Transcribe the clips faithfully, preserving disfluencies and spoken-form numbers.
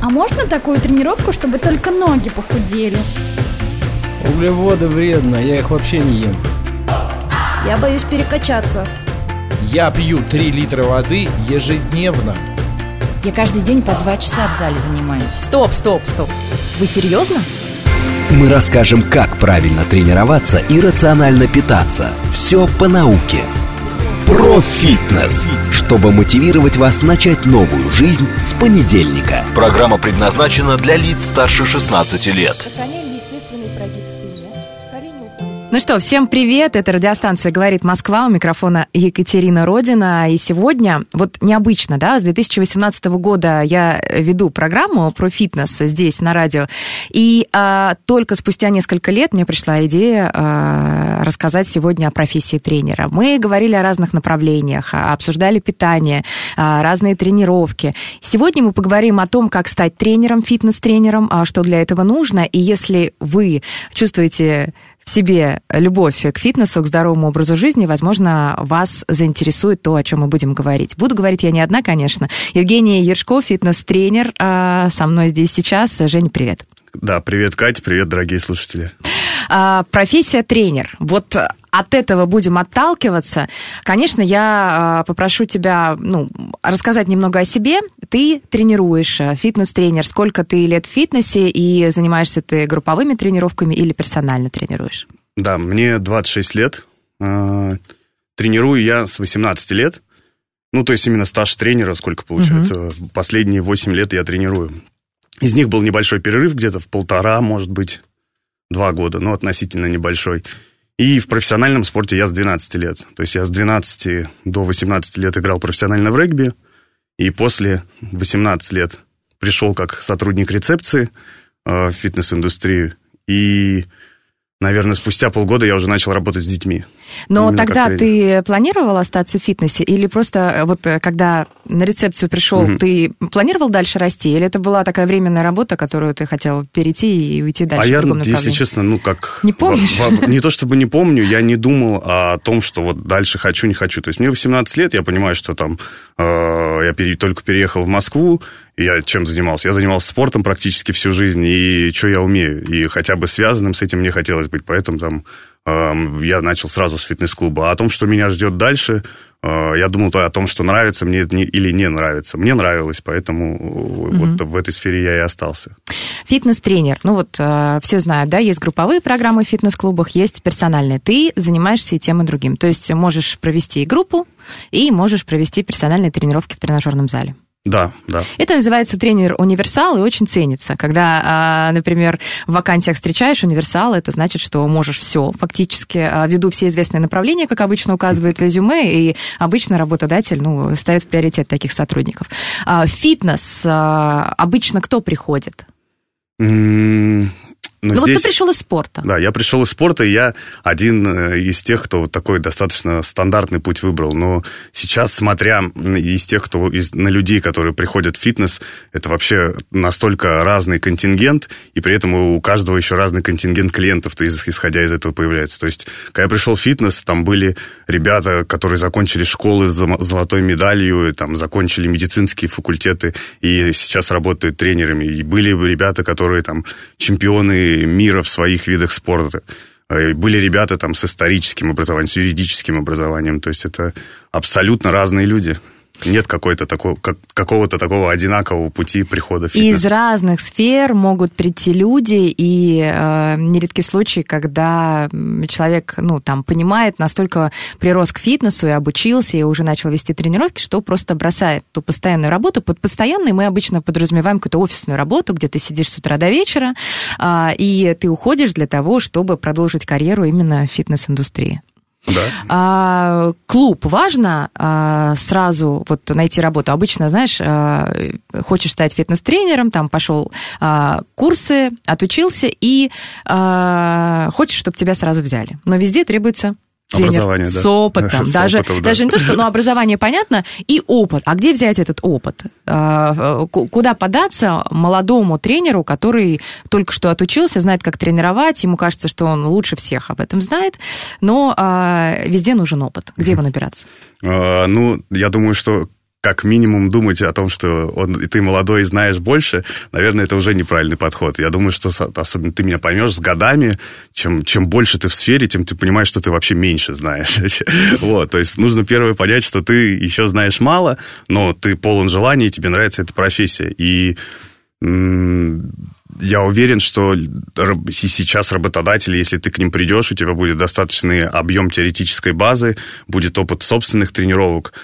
А можно такую тренировку, чтобы только ноги похудели? Углеводы вредно, я их вообще не ем. Я боюсь перекачаться. Я пью три литра воды ежедневно. Я каждый день по два часа в зале занимаюсь. Стоп, стоп, стоп. Вы серьезно? Мы расскажем, как правильно тренироваться и рационально питаться. Все по науке. Про фитнес, чтобы мотивировать вас начать новую жизнь с понедельника. Программа предназначена для лиц старше шестнадцати лет. Сохраняем естественный прогиб спины. Колени уходят. Ну что, всем привет, это радиостанция «Говорит Москва», у микрофона Екатерина Родина, и сегодня, вот необычно, да, с две тысячи восемнадцатого года я веду программу про фитнес здесь, на радио, и а, только спустя несколько лет мне пришла идея а, рассказать сегодня о профессии тренера. Мы говорили о разных направлениях, обсуждали питание, а, разные тренировки. Сегодня мы поговорим о том, как стать тренером, фитнес-тренером, а, что для этого нужно, и если вы чувствуете в себе любовь к фитнесу, к здоровому образу жизни, возможно, вас заинтересует то, о чем мы будем говорить. Буду говорить я не одна, конечно. Евгений Ершко, фитнес-тренер, со мной здесь сейчас. Женя, привет. Да, привет, Катя, привет, дорогие слушатели. Профессия тренер. Вот от этого будем отталкиваться. Конечно, я попрошу тебя, ну, рассказать немного о себе. Ты тренируешь, фитнес-тренер. Сколько ты лет в фитнесе, и занимаешься ты групповыми тренировками или персонально тренируешь? Да, мне двадцать шесть лет. Тренирую я с восемнадцати лет. Ну, то есть именно стаж тренера, сколько получается. Угу. Последние восемь лет я тренирую. Из них был небольшой перерыв, где-то в полтора, может быть, два года, но относительно небольшой. И в профессиональном спорте я с двенадцати лет. То есть я с двенадцати до восемнадцати лет играл профессионально в регби, и после восемнадцати лет пришел как сотрудник рецепции э, в фитнес-индустрию, и, наверное, спустя полгода я уже начал работать с детьми. Но Именно тогда ты планировал остаться в фитнесе, или просто вот когда на рецепцию пришел, угу. ты планировал дальше расти, или это была такая временная работа, которую ты хотел перейти и уйти дальше а в я, другом направлении? Если честно, ну как... Не помнишь? В, в, не то чтобы не помню, я не думал о том, что вот дальше хочу, не хочу. То есть мне восемнадцать лет, я понимаю, что там э, я пере, только переехал в Москву, и я чем занимался? Я занимался спортом практически всю жизнь, и что я умею? И хотя бы связанным с этим мне хотелось быть, поэтому там э, я начал сразу с фитнес-клуба. А о том, что меня ждет дальше, э, я думал о том, что нравится мне это не, или не нравится. Мне нравилось, поэтому mm-hmm. вот в этой сфере я и остался. Фитнес-тренер. Ну вот э, все знают, да, есть групповые программы в фитнес-клубах, есть персональные. Ты занимаешься и тем, и другим. То есть можешь провести и группу, и можешь провести персональные тренировки в тренажерном зале. Да, да. Это называется тренер-универсал и очень ценится. Когда, например, в вакансиях встречаешь универсал, это значит, что можешь все фактически, ввиду все известные направления, как обычно указывает в резюме, и обычно работодатель, ну, ставит в приоритет таких сотрудников. Фитнес обычно кто приходит? Mm. Но ну здесь... вот ты пришел из спорта. Да, я пришел из спорта, и я один из тех, кто вот такой достаточно стандартный путь выбрал. Но сейчас, смотря из тех, кто из, на людей, которые приходят в фитнес, это вообще настолько разный контингент, и при этом у каждого еще разный контингент клиентов, то исходя из этого появляется. То есть, когда я пришел в фитнес, там были ребята, которые закончили школы с золотой медалью, там, закончили медицинские факультеты, и сейчас работают тренерами. И были ребята, которые там чемпионы мира в своих видах спорта. Были ребята там с историческим образованием, с юридическим образованием. То есть это абсолютно разные люди. Нет какой-то такого, как, какого-то такого одинакового пути прихода в фитнес. Из разных сфер могут прийти люди, и э, нередки случаи, когда человек, ну, там, понимает, настолько прирос к фитнесу и обучился, и уже начал вести тренировки, что просто бросает ту постоянную работу. Под постоянной мы обычно подразумеваем какую-то офисную работу, где ты сидишь с утра до вечера, э, и ты уходишь для того, чтобы продолжить карьеру именно в фитнес-индустрии. Да. А, клуб важно а, сразу вот найти работу. Обычно, знаешь, а, хочешь стать фитнес-тренером, там пошел а, курсы, отучился и а, хочешь, чтобы тебя сразу взяли. Но везде требуется тренер с опытом. С даже, опытом, да. даже не то, что ну, образование понятно, и опыт. А где взять этот опыт? Куда податься молодому тренеру, который только что отучился, знает, как тренировать, ему кажется, что он лучше всех об этом знает, но везде нужен опыт. Где его набираться? Ну, я думаю, что как минимум думать о том, что он, ты молодой и знаешь больше, наверное, это уже неправильный подход. Я думаю, что особенно ты меня поймешь с годами, чем, чем больше ты в сфере, тем ты понимаешь, что ты вообще меньше знаешь. Вот, то есть нужно первое понять, что ты еще знаешь мало, но ты полон желаний, и тебе нравится эта профессия. И я уверен, что сейчас работодатели, если ты к ним придешь, у тебя будет достаточный объем теоретической базы, будет опыт собственных тренировок,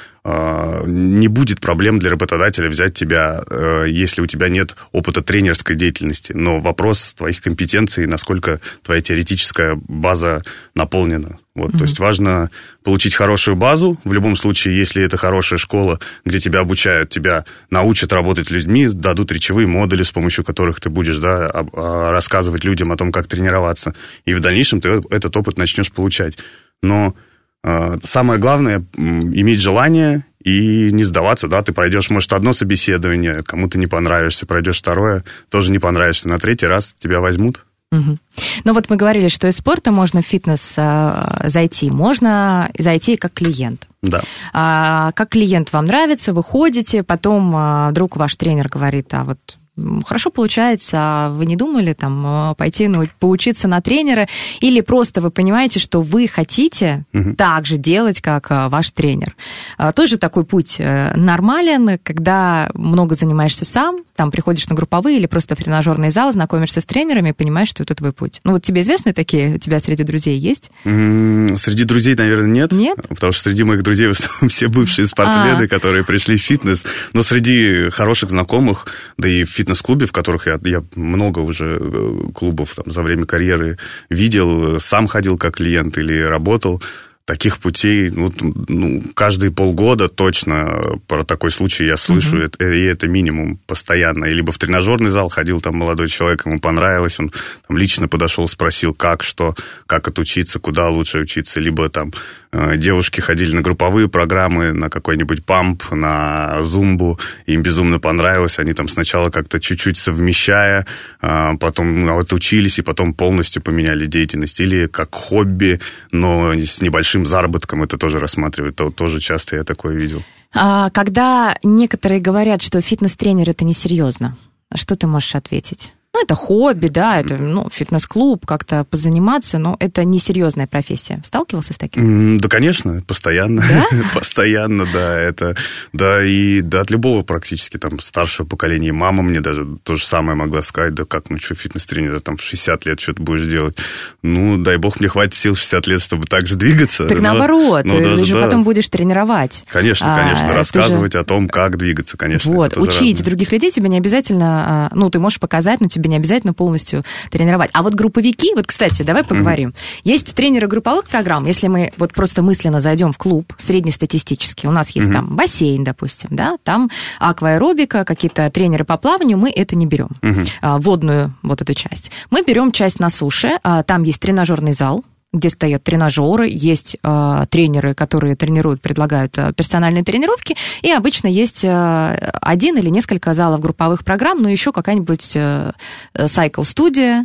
не будет проблем для работодателя взять тебя, если у тебя нет опыта тренерской деятельности. Но вопрос твоих компетенций, насколько твоя теоретическая база наполнена. Вот, mm-hmm. То есть важно получить хорошую базу. В любом случае, если это хорошая школа, где тебя обучают, тебя научат работать с людьми, дадут речевые модули, с помощью которых ты будешь, да, рассказывать людям о том, как тренироваться. И в дальнейшем ты этот опыт начнешь получать. Но э, самое главное – иметь желание и не сдаваться. Да? Ты пройдешь, может, одно собеседование, кому-то не понравишься, пройдешь второе, тоже не понравишься. На третий раз тебя возьмут. Угу. Ну вот мы говорили, что из спорта можно в фитнес а, зайти, можно зайти как клиент. Да. А, как клиент вам нравится, вы ходите, потом а, вдруг ваш тренер говорит, а вот хорошо получается, а вы не думали там пойти ну, поучиться на тренера, или просто вы понимаете, что вы хотите угу. так же делать, как ваш тренер. Тоже такой путь нормален, когда много занимаешься сам, там приходишь на групповые или просто в тренажерный зал, знакомишься с тренерами и понимаешь, что это твой путь. Ну вот тебе известны такие, у тебя среди друзей есть? Среди друзей, наверное, нет. Нет? Потому что среди моих друзей в основном все бывшие спортсмены, а. которые пришли в фитнес. Но среди хороших знакомых, да и в фитнес-клубе, в которых я, я много уже клубов там, за время карьеры видел, сам ходил как клиент или работал. Таких путей, ну, ну, каждые полгода точно про такой случай я слышу, uh-huh. и это минимум постоянно. И либо в тренажерный зал ходил там молодой человек, ему понравилось, он там лично подошел, спросил, как, что, как отучиться, куда лучше учиться, либо там э, девушки ходили на групповые программы, на какой-нибудь памп, на зумбу, им безумно понравилось, они там сначала как-то чуть-чуть совмещая, э, потом ну, отучились и потом полностью поменяли деятельность. Или как хобби, но с небольшим заработком это тоже рассматривают, то, тоже часто я такое видел. А когда некоторые говорят, что фитнес-тренер это несерьезно, что ты можешь ответить? Ну, это хобби, да, это ну, фитнес-клуб, как-то позаниматься, но это несерьезная профессия. Сталкивался с таким? Да, конечно, постоянно. Да? Постоянно, да. Это, да, и да, от любого практически там старшего поколения. Мама мне даже то же самое могла сказать, да как, ну что, фитнес-тренер, там в шестьдесят лет что ты будешь делать? Ну, дай бог, мне хватит сил в шестьдесят лет, чтобы так же двигаться. Так но, наоборот, но, ты же да. потом будешь тренировать. Конечно, конечно, а, рассказывать же... о том, как двигаться, конечно. Вот, учить разное. Других людей тебе не обязательно, ну, ты можешь показать, но тебе не обязательно полностью тренировать. А вот групповики, вот, кстати, давай поговорим. Mm-hmm. Есть тренеры групповых программ, если мы вот просто мысленно зайдем в клуб среднестатистический, у нас есть mm-hmm. там бассейн, допустим, да, там акваэробика, какие-то тренеры по плаванию, мы это не берем. Mm-hmm. А, водную вот эту часть. Мы берем часть на суше, а, там есть тренажерный зал, где стоят тренажеры, есть э, тренеры, которые тренируют, предлагают э, персональные тренировки, и обычно есть э, один или несколько залов групповых программ, но еще какая-нибудь э, сайкл-студия,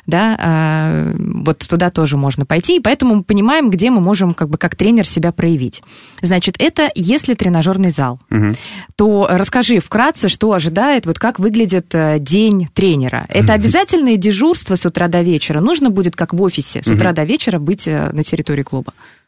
да, э, вот туда тоже можно пойти, и поэтому мы понимаем, где мы можем как бы как тренер себя проявить. Значит, это если тренажерный зал, угу. то расскажи вкратце, что ожидает, вот как выглядит день тренера. Это обязательное дежурство с утра до вечера? Нужно будет, как в офисе, с утра угу. до вечера быть на территории клуба?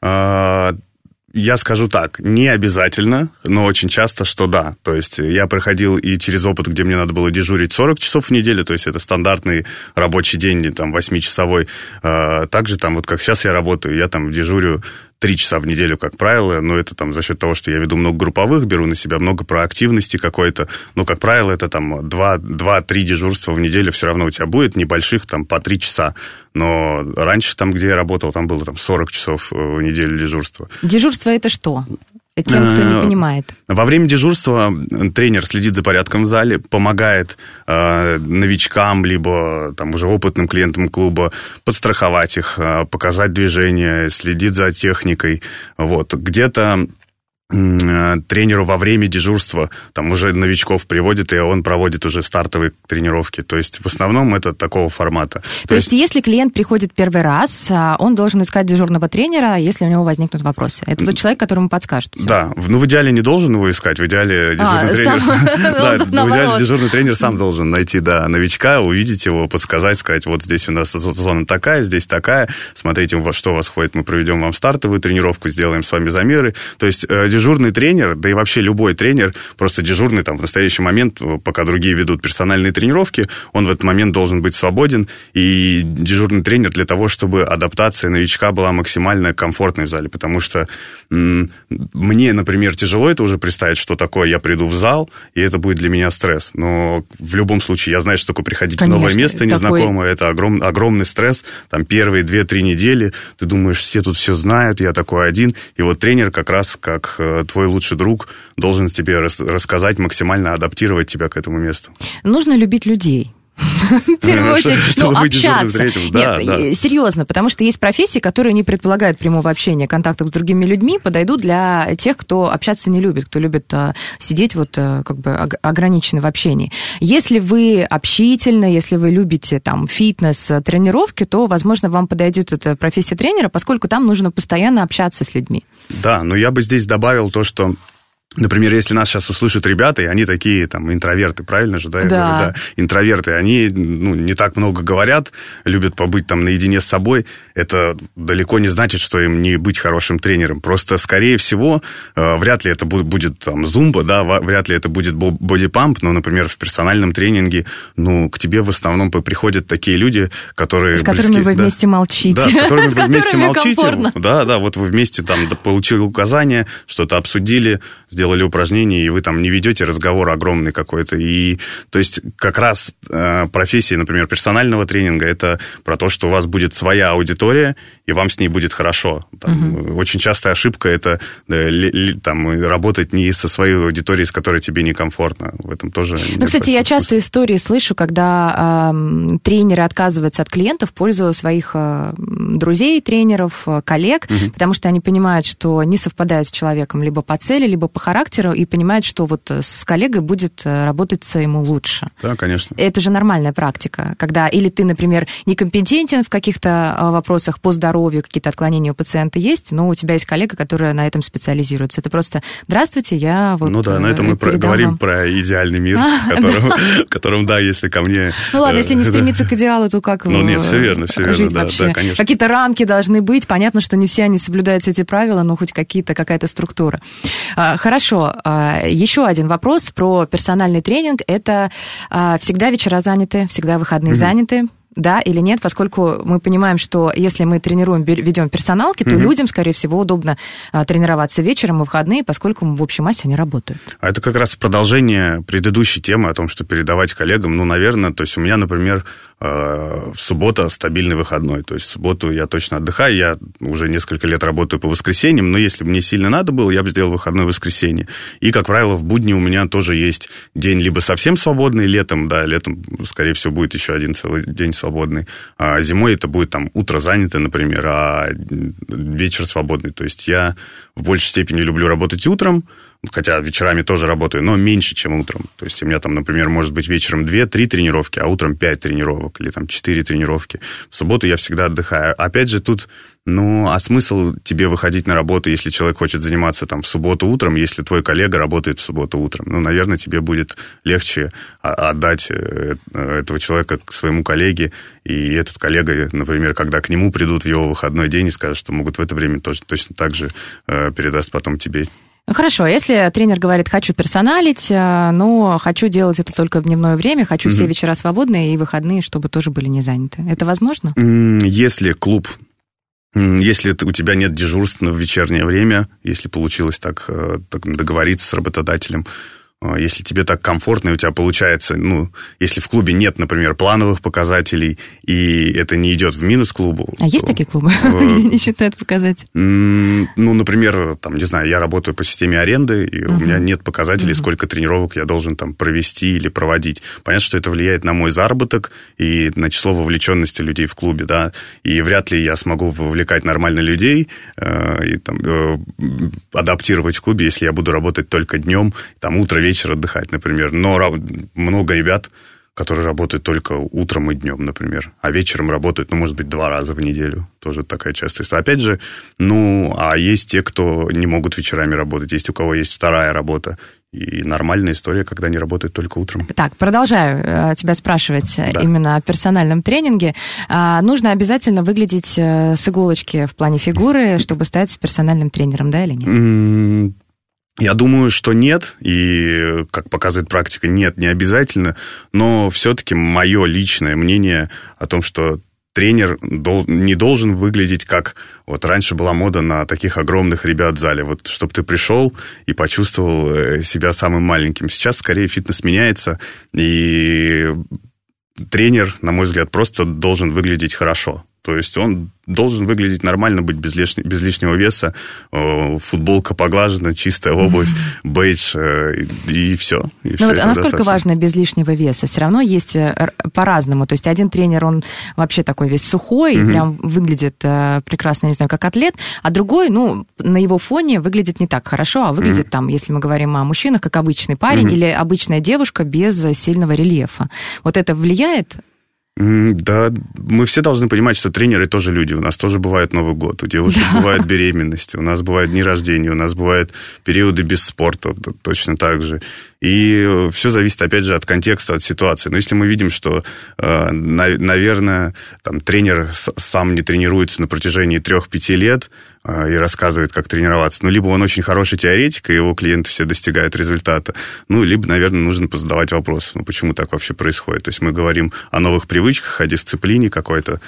Я скажу так, не обязательно, но очень часто, что да. То есть я проходил и через опыт, где мне надо было дежурить сорок часов в неделю, то есть это стандартный рабочий день, там, восьмичасовой. Также там, вот как сейчас я работаю, я там дежурю три часа в неделю, как правило, но это там за счет того, что я веду много групповых, беру на себя много проактивности какой-то, но, как правило, это там два-три дежурства в неделю все равно у тебя будет, небольших, там, по три часа. Но раньше там, где я работал, там было там сорок часов в неделю дежурства. Дежурство это что? Тем, кто не понимает. Во время дежурства тренер следит за порядком в зале, помогает э, новичкам, либо там, уже опытным клиентам клуба подстраховать их, э, показать движение, следит за техникой. Вот. Где-то тренеру во время дежурства, там уже новичков приводит, и он проводит уже стартовые тренировки. То есть в основном это такого формата. То, То есть, есть если клиент приходит первый раз, он должен искать дежурного тренера, если у него возникнут вопросы. Это тот человек, которому подскажет. Все. Да, ну в идеале не должен его искать, в идеале дежурный тренер... Да, в идеале дежурный тренер сам должен найти, да, новичка, увидеть его, подсказать, сказать, вот здесь у нас зона такая, здесь такая, смотрите, что у вас входит, мы проведем вам стартовую тренировку, сделаем с вами замеры. То есть дежурный тренер, да и вообще любой тренер, просто дежурный там в настоящий момент, пока другие ведут персональные тренировки, он в этот момент должен быть свободен, и дежурный тренер для того, чтобы адаптация новичка была максимально комфортной в зале, потому что м- мне, например, тяжело это уже представить, что такое, я приду в зал, и это будет для меня стресс, но в любом случае я знаю, что такое приходить Конечно, в новое место незнакомое, такой... это огром... огромный стресс, там первые две-три недели, ты думаешь, все тут все знают, я такой один, и вот тренер как раз как твой лучший друг должен тебе рассказать, максимально адаптировать тебя к этому месту. Нужно любить людей. В первую очередь, ну, общаться. Нет, серьезно, потому что есть профессии, которые не предполагают прямого общения, контактов с другими людьми, подойдут для тех, кто общаться не любит, кто любит сидеть вот как бы ограниченно в общении. Если вы общительны, если вы любите там фитнес, тренировки, то, возможно, вам подойдет эта профессия тренера, поскольку там нужно постоянно общаться с людьми. Да, но я бы здесь добавил то, что например, если нас сейчас услышат ребята, и они такие, там, интроверты, правильно же, да? Я да. говорю, да. Интроверты, они, ну, не так много говорят, любят побыть там наедине с собой. Это далеко не значит, что им не быть хорошим тренером. Просто, скорее всего, э, вряд ли это будет, будет там, зумба, да, вряд ли это будет бодипамп, но, например, в персональном тренинге, ну, к тебе в основном приходят такие люди, которые... С которыми близки, вы да, вместе молчите. Да, с которыми вы вместе молчите. Комфортно. Да, да, вот вы вместе там получили указания, что-то обсудили, сделали упражнения, и вы там не ведете разговор огромный какой-то. И, то есть, как раз э, профессия, например, персонального тренинга, это про то, что у вас будет своя аудитория, и вам с ней будет хорошо. Там, угу. Очень частая ошибка – это да, ли, ли, там, работать не со своей аудиторией, с которой тебе некомфортно. В этом тоже... Ну, кстати, я часто истории слышу, когда э, тренеры отказываются от клиентов в пользу своих э, друзей, тренеров, коллег, угу. потому что они понимают, что не совпадают с человеком либо по цели, либо по характеру, и понимают, что вот с коллегой будет работаться ему лучше. Да, конечно. Это же нормальная практика, когда или ты, например, некомпетентен в каких-то вопросах по здоровью, какие-то отклонения у пациента есть, но у тебя есть коллега, которая на этом специализируется. Это просто «Здравствуйте, я вот...» Ну да, на этом мы про- говорим вам. Про идеальный мир, в котором, да, если ко мне... Ну ладно, если не стремиться к идеалу, то как Ну нет, все верно, все верно, да, да, конечно. Какие-то рамки должны быть, понятно, что не все они соблюдают эти правила, но хоть какие-то, какая-то структура. Хорошо, еще один вопрос про персональный тренинг. Это всегда вечера заняты, всегда выходные mm-hmm. заняты, да или нет? Поскольку мы понимаем, что если мы тренируем, ведем персоналки, то mm-hmm. людям, скорее всего, удобно тренироваться вечером и в выходные, поскольку в общей массе они работают. А это как раз продолжение предыдущей темы о том, что передавать коллегам. Ну, наверное, то есть у меня, например, в суббота стабильный выходной. То есть в субботу я точно отдыхаю. Я уже несколько лет работаю по воскресеньям, но если бы мне сильно надо было, я бы сделал выходной воскресенье. И, как правило, в будни у меня тоже есть день либо совсем свободный летом, да, летом, скорее всего, будет еще один целый день свободный. А зимой это будет там утро занято, например, а вечер свободный. То есть я в большей степени люблю работать утром, хотя вечерами тоже работаю, но меньше, чем утром. То есть у меня там, например, может быть вечером две-три тренировки, а утром пять тренировок или там четыре тренировки. В субботу я всегда отдыхаю. Опять же, тут, ну, а смысл тебе выходить на работу, если человек хочет заниматься там в субботу утром, если твой коллега работает в субботу утром? Ну, наверное, тебе будет легче отдать этого человека к своему коллеге, и этот коллега, например, когда к нему придут в его выходной день и скажут, что могут в это время тоже, точно так же передаст потом тебе. Ну, хорошо, если тренер говорит, хочу персоналить, но хочу делать это только в дневное время, хочу mm-hmm. все вечера свободные и выходные, чтобы тоже были не заняты. Это возможно? Если клуб, если у тебя нет дежурства в вечернее время, если получилось так, так договориться с работодателем, Если тебе так комфортно, и у тебя получается, ну, если в клубе нет, например, плановых показателей, и это не идет в минус клубу. А есть такие клубы, где не считают показатели? Ну, например, там, не знаю, я работаю по системе аренды, и у меня нет показателей, сколько тренировок я должен там провести или проводить. Понятно, что это влияет на мой заработок и на число вовлеченности людей в клубе, да, и вряд ли я смогу вовлекать нормально людей и там адаптировать в клубе, если я буду работать только днем, там, утро, вечер отдыхать, например. Но много ребят, которые работают только утром и днем, например, а вечером работают, ну, может быть, два раза в неделю. Тоже такая частая история. Опять же, ну, а есть те, кто не могут вечерами работать, есть у кого есть вторая работа. И нормальная история, когда они работают только утром. Так, продолжаю тебя спрашивать да. именно о персональном тренинге. А, нужно обязательно выглядеть с иголочки в плане фигуры, чтобы стать персональным тренером, да, или нет? Я думаю, что нет, и, как показывает практика, нет, не обязательно, но все-таки мое личное мнение о том, что тренер не должен выглядеть как... Вот раньше была мода на таких огромных ребят в зале, вот чтобы ты пришел и почувствовал себя самым маленьким. Сейчас скорее фитнес меняется, и тренер, на мой взгляд, просто должен выглядеть хорошо. То есть он должен выглядеть нормально, быть без, лишни, без лишнего веса, футболка поглажена, чистая обувь, бейдж, и, и все. И ну все вот, а насколько важно без лишнего веса? Все равно есть по-разному. То есть один тренер, он вообще такой весь сухой, mm-hmm. прям выглядит прекрасно, не знаю, как атлет, а другой, ну, на его фоне выглядит не так хорошо, а выглядит mm-hmm. там, если мы говорим о мужчинах, как обычный парень mm-hmm. или обычная девушка без сильного рельефа. Вот это влияет? Да, мы все должны понимать, что тренеры тоже люди. У нас тоже бывает Новый год, у девушек да. бывают беременности, у нас бывают дни рождения, у нас бывают периоды без спорта, точно так же. И все зависит, опять же, от контекста, от ситуации. Но если мы видим, что, наверное, там, тренер сам не тренируется на протяжении трех-пяти лет и рассказывает, как тренироваться, ну, либо он очень хороший теоретик, и его клиенты все достигают результата, ну, либо, наверное, нужно позадавать вопрос, ну, почему так вообще происходит. То есть мы говорим о новых привычках, о дисциплине какой-то,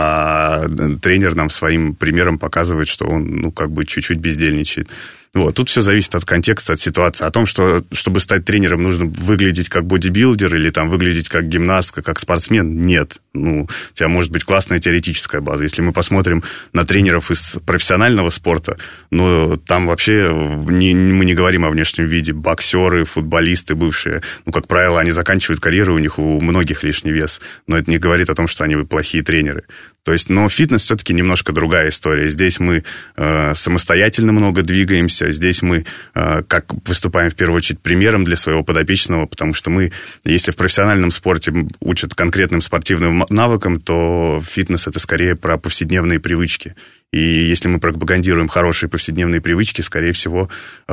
а тренер нам своим примером показывает, что он, ну, как бы чуть-чуть бездельничает. Вот. Тут все зависит от контекста, от ситуации. О том, что, чтобы стать тренером, нужно выглядеть как бодибилдер или там, выглядеть как гимнастка, как спортсмен. Нет. Ну, у тебя может быть классная теоретическая база. Если мы посмотрим на тренеров из профессионального спорта, ну, там вообще не, мы не говорим о внешнем виде. Боксеры, футболисты бывшие, ну, как правило, они заканчивают карьеру, у них у многих лишний вес. Но это не говорит о том, что они плохие тренеры. То есть, но фитнес все-таки немножко другая история. Здесь мы э, самостоятельно много двигаемся, здесь мы э, как выступаем в первую очередь примером для своего подопечного, потому что мы, если в профессиональном спорте учат конкретным спортивным навыкам, то фитнес это скорее про повседневные привычки. И если мы пропагандируем хорошие повседневные привычки, скорее всего,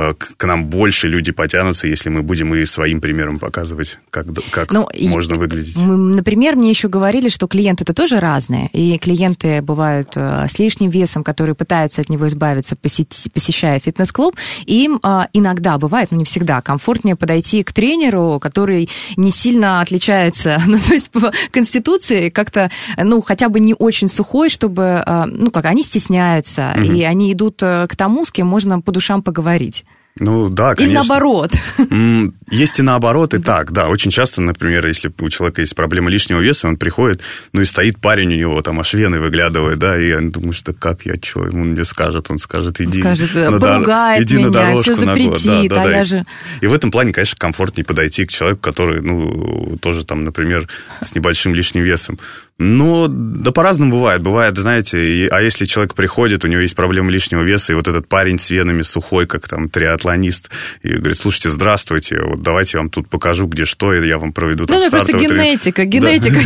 к нам больше люди потянутся, если мы будем и своим примером показывать, как, как ну, можно выглядеть. Например, мне еще говорили, что клиенты-то тоже разные. И клиенты бывают с лишним весом, которые пытаются от него избавиться, посещая фитнес-клуб. И им иногда бывает, но не всегда, комфортнее подойти к тренеру, который не сильно отличается, ну, то есть по конституции как-то, ну, хотя бы не очень сухой, чтобы, ну, как, они стесняются, стесняются, угу. и они идут к тому, с кем можно по душам поговорить. Ну, да, конечно. Или наоборот. Есть и наоборот, и так, да. Очень часто, например, если у человека есть проблема лишнего веса, он приходит, ну, и стоит парень у него, там, аж вены выглядывает, да, и он думает, что как я, что, ему мне скажет, он скажет, иди, скажет, на, поругает иди меня, на дорожку, все запретит, да, да, а да. я И, же... и в этом плане, конечно, комфортнее подойти к человеку, который, ну, тоже там, например, с небольшим лишним весом. Ну, да по-разному бывает. Бывает, знаете, и, а если человек приходит, у него есть проблема лишнего веса, и вот этот парень с венами сухой, как там триатлонист, и говорит, слушайте, здравствуйте, вот давайте я вам тут покажу, где что, и я вам проведу там ну, стартовый просто генетика, генетика.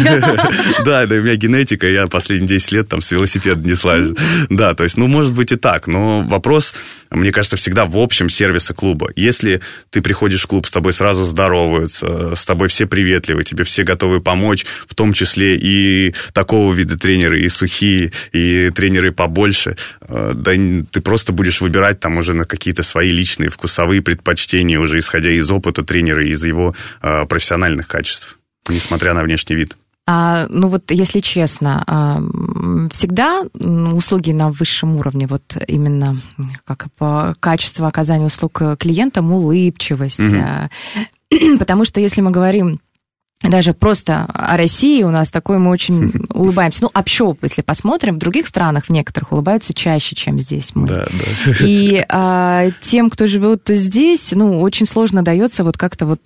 Да, да, у меня генетика, я последние десять лет там с велосипеда несла. Да, то есть, ну, может быть и так, но вопрос, мне кажется, всегда в общем сервиса клуба. Если ты приходишь в клуб, с тобой сразу здороваются, с тобой все приветливы, тебе все готовы помочь, в том числе и такого вида тренеры, и сухие, и тренеры побольше, да ты просто будешь выбирать там уже на какие-то свои личные вкусовые предпочтения, уже исходя из опыта тренера, из его профессиональных качеств, несмотря на внешний вид. А, ну вот, если честно, всегда услуги на высшем уровне, вот именно как по качеству оказания услуг клиентам, улыбчивость. Mm-hmm. Потому что если мы говорим даже просто о России, у нас такой, мы очень улыбаемся. Ну, общоп, если посмотрим, в других странах, в некоторых, улыбаются чаще, чем здесь мы. Да, да. И а, тем, кто живет здесь, ну, очень сложно дается вот как-то вот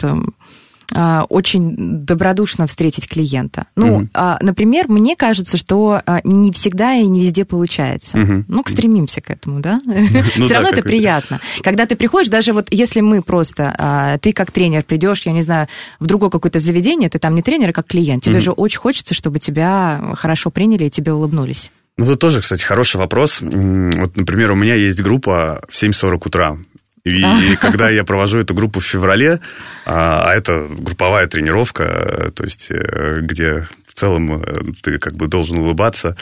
очень добродушно встретить клиента. Ну, mm-hmm. например, мне кажется, что не всегда и не везде получается. Mm-hmm. Ну, стремимся к этому, да? Все равно это приятно. Когда ты приходишь, даже вот если мы просто, ты как тренер придешь, я не знаю, в другое какое-то заведение, ты там не тренер, а как клиент, тебе же очень хочется, чтобы тебя хорошо приняли и тебе улыбнулись. Ну, это тоже, кстати, хороший вопрос. Вот, например, у меня есть группа в семь сорок утра. И, и когда я провожу эту группу в феврале, а, а это групповая тренировка, то есть где в целом ты как бы должен улыбаться.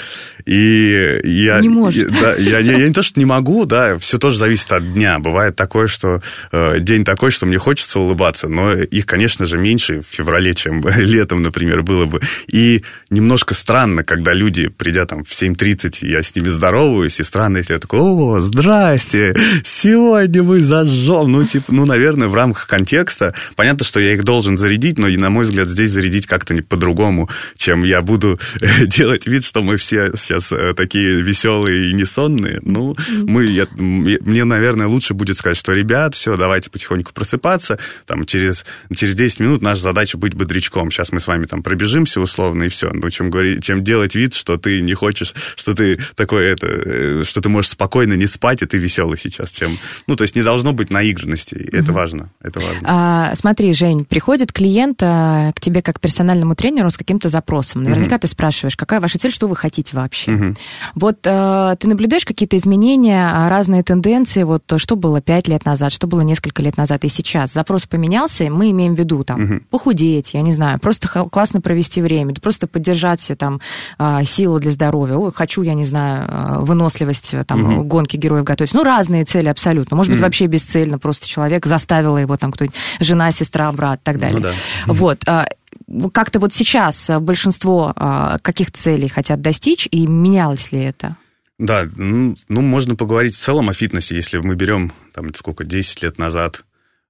И я... Не может. Да, я, я, я не то, что не могу, да, все тоже зависит от дня. Бывает такое, что э, день такой, что мне хочется улыбаться, но их, конечно же, меньше в феврале, чем летом, например, было бы. И немножко странно, когда люди, придя там в семь тридцать, я с ними здороваюсь, и странно, если я такой: о, здрасте, сегодня мы зажжем. Ну, типа, ну, наверное, в рамках контекста. Понятно, что я их должен зарядить, но, на мой взгляд, здесь зарядить как-то не по-другому, чем я буду делать вид, что мы все сейчас такие веселые и несонные. Ну, мы, я, мне, наверное, лучше будет сказать, что, ребят, все, давайте потихоньку просыпаться. Там, через, через десять минут наша задача быть бодрячком. Сейчас мы с вами там пробежимся условно, и все. Ну, чем, говорить, чем делать вид, что ты не хочешь, что ты такой, это, что ты можешь спокойно не спать, и ты веселый сейчас. Чем, ну, то есть не должно быть наигранности. Mm-hmm. Это важно. Это важно. А, смотри, Жень, приходит клиент к тебе как персональному тренеру с каким-то запросом. Наверняка mm-hmm. ты спрашиваешь, какая ваша цель, что вы хотите вообще. Mm-hmm. Вот э, ты наблюдаешь какие-то изменения, разные тенденции, вот что было пять лет назад, что было несколько лет назад и сейчас. Запрос поменялся, мы имеем в виду там mm-hmm. похудеть, я не знаю, просто классно провести время, просто поддержать себе там силу для здоровья. Ой, хочу, я не знаю, выносливость, там, mm-hmm. гонки героев готовить. Ну, разные цели абсолютно. Может mm-hmm. быть, вообще бесцельно, просто человек заставила его там кто-нибудь, жена, сестра, брат и так далее. Ну, да. Вот. Как-то вот сейчас большинство каких целей хотят достичь, и менялось ли это? Да, ну, ну, можно поговорить в целом о фитнесе, если мы берем, там, это сколько, десять лет назад,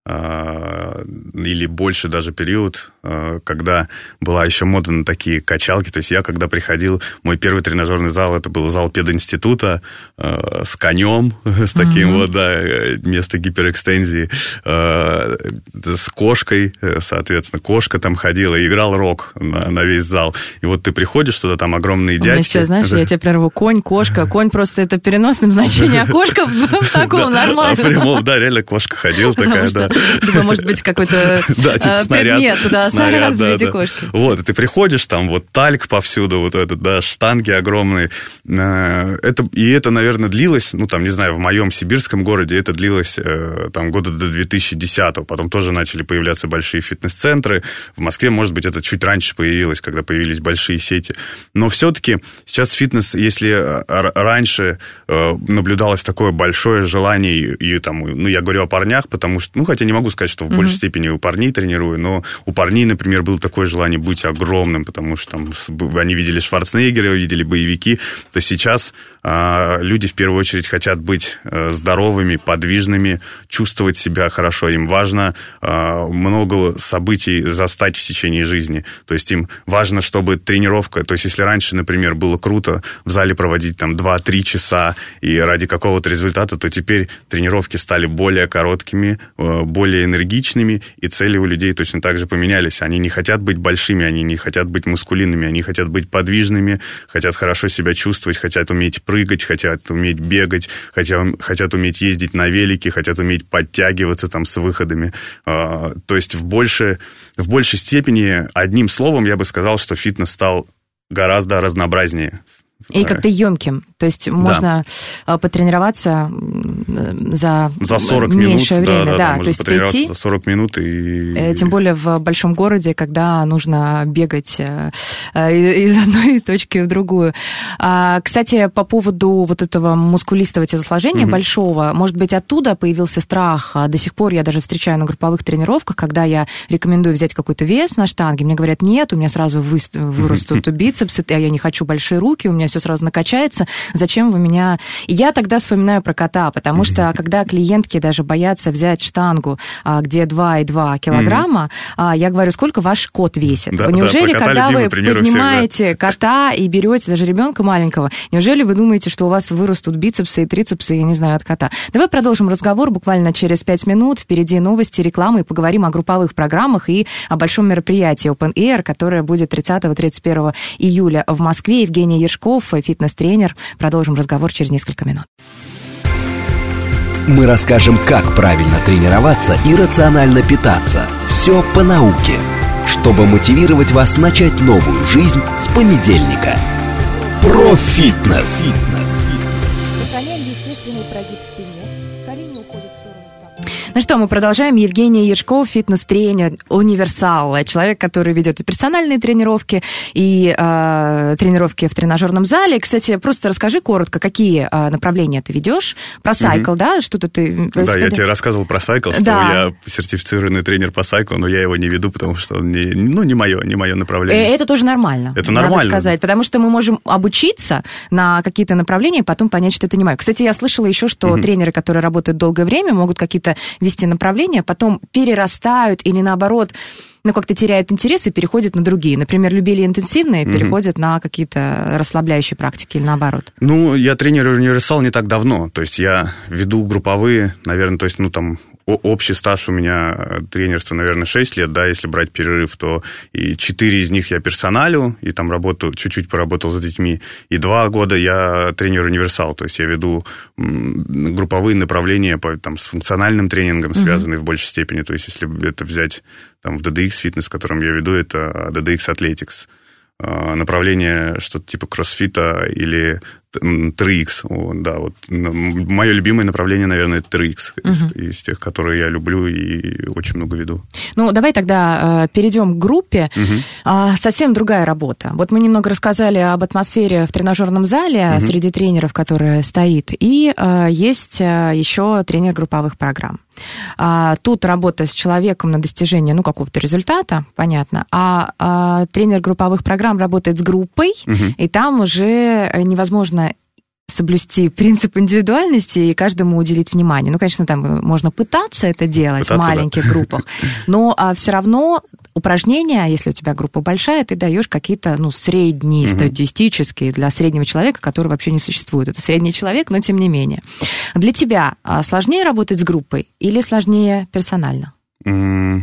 или больше даже период, когда была еще мода на такие качалки. То есть я, когда приходил, мой первый тренажерный зал, это был зал пединститута с конем, с таким mm-hmm. вот, да, место гиперэкстензии, с кошкой, соответственно, кошка там ходила и играл рок на, на весь зал. И вот ты приходишь туда, там огромные дядьки. Сейчас, знаешь, это... я тебя прерву. Конь, кошка. Конь просто это переносным значением, а кошка в таком нормальном. Да, реально кошка ходила такая, да. Думаю, может быть, какой-то да, типа предмет, снаряд, да, снаряд, снаряд да, в виде да. кошки. Вот, и ты приходишь, там вот тальк повсюду, вот этот, да, штанги огромные. Это, и это, наверное, длилось, ну, там, не знаю, в моем сибирском городе это длилось там года до две тысячи десятого. Потом тоже начали появляться большие фитнес-центры. В Москве, может быть, это чуть раньше появилось, когда появились большие сети. Но все-таки сейчас фитнес, если раньше наблюдалось такое большое желание, и там, ну, я говорю о парнях, потому что, ну, хотя не могу сказать, что в mm-hmm. большей степени у парней тренирую, но у парней, например, было такое желание быть огромным, потому что там они видели Шварценеггера, видели боевики, то сейчас а, люди в первую очередь хотят быть а, здоровыми, подвижными, чувствовать себя хорошо. Им важно а, много событий застать в течение жизни. То есть им важно, чтобы тренировка, то есть если раньше, например, было круто в зале проводить там два-три часа и ради какого-то результата, то теперь тренировки стали более короткими, более энергичными, и цели у людей точно так же поменялись. Они не хотят быть большими, они не хотят быть мускулинными, они хотят быть подвижными, хотят хорошо себя чувствовать, хотят уметь прыгать, хотят уметь бегать, хотят, хотят уметь ездить на велике, хотят уметь подтягиваться там с выходами. То есть в, больше, в большей степени, одним словом, я бы сказал, что фитнес стал гораздо разнообразнее. И как-то емким. То есть можно да. потренироваться за, за сорок минут. Меньшее время. Да, да, да, да, то есть потренироваться прийти, за сорок минут. И... Тем более в большом городе, когда нужно бегать из одной точки в другую. Кстати, по поводу вот этого мускулистого телосложения mm-hmm. большого, может быть, оттуда появился страх. До сих пор я даже встречаю на групповых тренировках, когда я рекомендую взять какой-то вес на штанге, мне говорят, нет, у меня сразу вырастут бицепсы, я не хочу большие руки, у меня все сразу накачается, зачем вы меня... И я тогда вспоминаю про кота, потому что когда клиентки даже боятся взять штангу, где два и два килограмма, mm-hmm. я говорю, сколько ваш кот весит? Да, неужели, да, когда вы поднимаете всех, да. кота и берете даже ребенка маленького, неужели вы думаете, что у вас вырастут бицепсы и трицепсы, я не знаю, от кота? Давай продолжим разговор буквально через пять минут. Впереди новости, рекламы, и поговорим о групповых программах и о большом мероприятии Open Air, которое будет тридцатого — тридцать первого июля в Москве. Евгений Ершков, фитнес-тренер. Продолжим разговор через несколько минут. Мы расскажем, как правильно тренироваться и рационально питаться. Все по науке, чтобы мотивировать вас начать новую жизнь с понедельника. Про фитнес. Сохраняем естественный прогиб в спине. Колени уходят в сторону стопы. Ну что, мы продолжаем. Евгений Ершков, фитнес-тренер, универсал. Человек, который ведет и персональные тренировки, и э, тренировки в тренажерном зале. Кстати, просто расскажи коротко, какие э, направления ты ведешь. Про сайкл, mm-hmm. да? Что-то ты... Да, я тебе рассказывал про сайкл, что да. я сертифицированный тренер по сайклу, но я его не веду, потому что он не, ну, не мое, не мое направление. Это тоже нормально. Это нормально. Надо сказать, потому что мы можем обучиться на какие-то направления, и потом понять, что это не мое. Кстати, я слышала еще, что mm-hmm. тренеры, которые работают долгое время, могут какие-то вести направления, потом перерастают или наоборот, ну, как-то теряют интерес и переходят на другие. Например, любили интенсивные, mm-hmm. переходят на какие-то расслабляющие практики или наоборот. Ну, я тренер универсал не так давно. То есть я веду групповые, наверное, то есть, ну, там, общий стаж у меня тренерства, наверное, шесть лет, да, если брать перерыв, то и четыре из них я персоналю, и там работаю, чуть-чуть поработал с детьми, и два года я тренер-универсал, то есть я веду групповые направления по, там, с функциональным тренингом, связанные mm-hmm. в большей степени, то есть если это взять там, в ди ди икс фитнес, которым я веду, это ди ди икс Athletics, направление что-то типа кроссфита или три икс, да, вот мое любимое направление, наверное, это три икс, uh-huh. из, из тех, которые я люблю и очень много веду. Ну, давай тогда э, перейдем к группе. Uh-huh. Э, совсем другая работа. Вот мы немного рассказали об атмосфере в тренажерном зале uh-huh. среди тренеров, которая стоит, и э, есть э, еще тренер групповых программ. А, тут работа с человеком на достижение, ну, какого-то результата, понятно, а, а тренер групповых программ работает с группой, uh-huh. и там уже невозможно соблюсти принцип индивидуальности и каждому уделить внимание. Ну, конечно, там можно пытаться это делать пытаться, в маленьких да. группах, но а, все равно упражнения, если у тебя группа большая, ты даешь какие-то, ну, средние, угу. статистические для среднего человека, который вообще не существует. Это средний человек, но тем не менее. Для тебя сложнее работать с группой или сложнее персонально? Mm.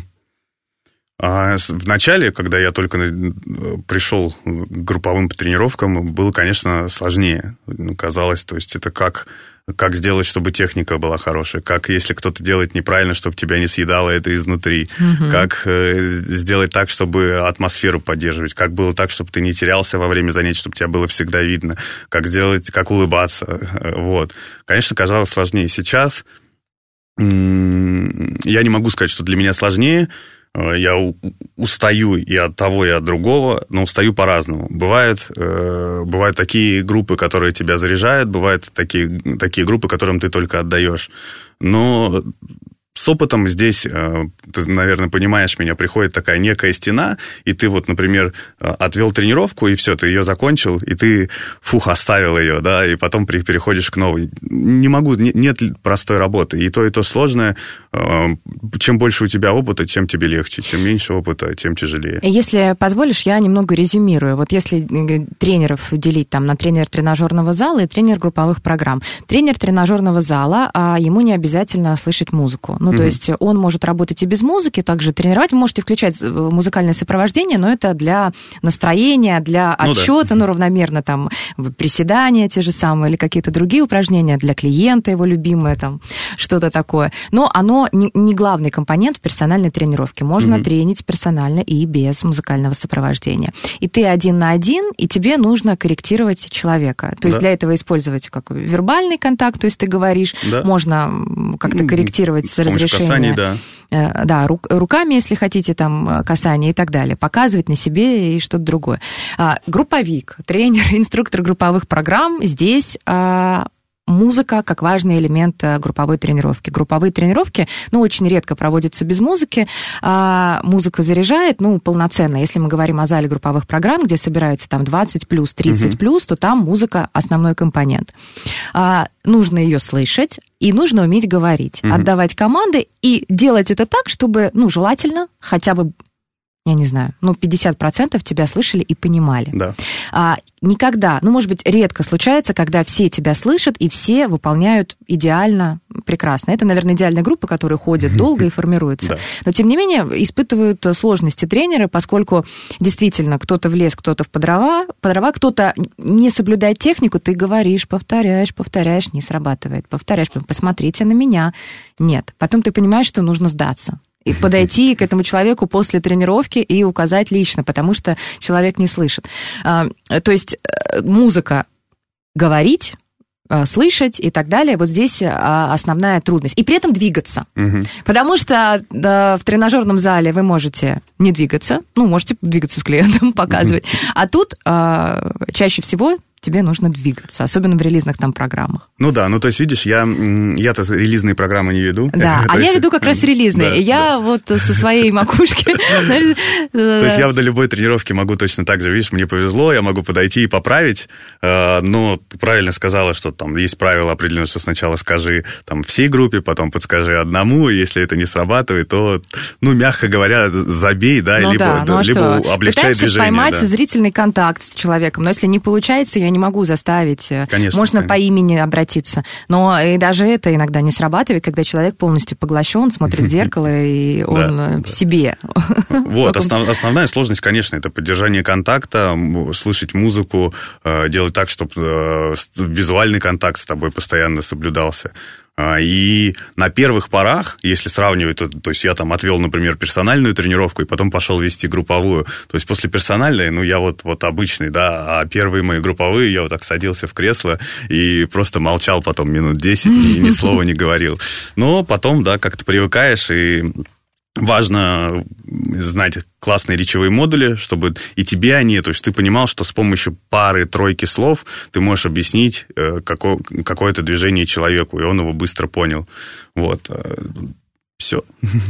А в начале, когда я только пришел к групповым тренировкам, было, конечно, сложнее. Казалось, то есть это как, как сделать, чтобы техника была хорошая, как, если кто-то делает неправильно, чтобы тебя не съедало это изнутри, угу. как сделать так, чтобы атмосферу поддерживать, как было так, чтобы ты не терялся во время занятий, чтобы тебя было всегда видно, как сделать, как улыбаться. Вот. Конечно, казалось сложнее. Сейчас я не могу сказать, что для меня сложнее. Я устаю и от того, и от другого, но устаю по-разному. Бывают, э, бывают такие группы, которые тебя заряжают, бывают такие, такие группы, которым ты только отдаешь. Но с опытом здесь, ты, наверное, понимаешь меня, приходит такая некая стена, и ты вот, например, отвел тренировку, и все, ты ее закончил, и ты, фух, оставил ее, да, и потом переходишь к новой. Не могу, нет простой работы, и то, и то сложное. Чем больше у тебя опыта, тем тебе легче, чем меньше опыта, тем тяжелее. Если позволишь, я немного резюмирую. Вот если тренеров делить там на тренер тренажерного зала и тренер групповых программ. Тренер тренажерного зала, ему не обязательно слышать музыку. Ну, Mm-hmm. то есть он может работать и без музыки, также тренировать. Вы можете включать музыкальное сопровождение, но это для настроения, для отсчета, ну, да. ну равномерно там приседания те же самые или какие-то другие упражнения для клиента его любимое, там что-то такое. Но оно не, не главный компонент в персональной тренировке. Можно mm-hmm. тренить персонально и без музыкального сопровождения. И ты один на один, и тебе нужно корректировать человека. То есть да. для этого использовать как вербальный контакт, то есть ты говоришь, да. можно как-то корректировать с, с разрешения. Касаний, да. Да, рук, руками, если хотите, там, касания и так далее. Показывать на себе и что-то другое. Групповик, тренер, инструктор групповых программ. Здесь музыка как важный элемент групповой тренировки. Групповые тренировки, ну, очень редко проводятся без музыки. А музыка заряжает, ну, полноценно. Если мы говорим о зале групповых программ, где собираются там двадцать плюс, тридцать плюс, то там музыка основной компонент. А, нужно ее слышать и нужно уметь говорить, угу. отдавать команды и делать это так, чтобы, ну, желательно хотя бы, я не знаю, ну, пятьдесят процентов тебя слышали и понимали. Да. А, никогда, ну, может быть, редко случается, когда все тебя слышат и все выполняют идеально, прекрасно. Это, наверное, идеальная группа, которая ходит долго и формируется. Да. Но, тем не менее, испытывают сложности тренеры, поскольку действительно кто-то в лес, кто-то в под дрова, под дрова, кто-то не соблюдает технику, ты говоришь, повторяешь, повторяешь, не срабатывает, повторяешь, посмотрите на меня. Нет. Потом ты понимаешь, что нужно сдаться. И подойти к этому человеку после тренировки и указать лично, потому что человек не слышит. То есть музыка, говорить, слышать и так далее, вот здесь основная трудность. И при этом двигаться. Угу. Потому что да, в тренажерном зале вы можете не двигаться, ну, можете двигаться с клиентом, показывать. Угу. А тут чаще всего тебе нужно двигаться, особенно в релизных там программах. Ну да, ну то есть, видишь, я, я-то релизные программы не веду. Да, а я веду как раз релизные. И я вот со своей макушки... То есть я до любой тренировки могу точно так же, видишь, мне повезло, я могу подойти и поправить, но ты правильно сказала, что там есть правило определенное, что сначала скажи там всей группе, потом подскажи одному, и если это не срабатывает, то, ну, мягко говоря, забей, да, ну, либо, да, ну, а либо облегчай Пытаемся движение. Поймать да. зрительный контакт с человеком, но если не получается, я не могу заставить. Конечно, можно конечно. по имени обратиться. Но и даже это иногда не срабатывает, когда человек полностью поглощен, смотрит в зеркало, и он в себе. Вот, основная сложность, конечно, это поддержание контакта, слышать музыку, делать так, чтобы визуальный контакт с тобой постоянно соблюдался. И на первых порах, если сравнивать, то, то есть я там отвел, например, персональную тренировку и потом пошел вести групповую. То есть после персональной, ну, я вот, вот обычный, да, а первые мои групповые, я вот так садился в кресло и просто молчал потом минут десять и ни слова не говорил. Но потом, да, как-то привыкаешь, и важно знать классные речевые модули, чтобы и тебе они, то есть ты понимал, что с помощью пары-тройки слов ты можешь объяснить какое, какое-то движение человеку, и он его быстро понял. Вот. Все.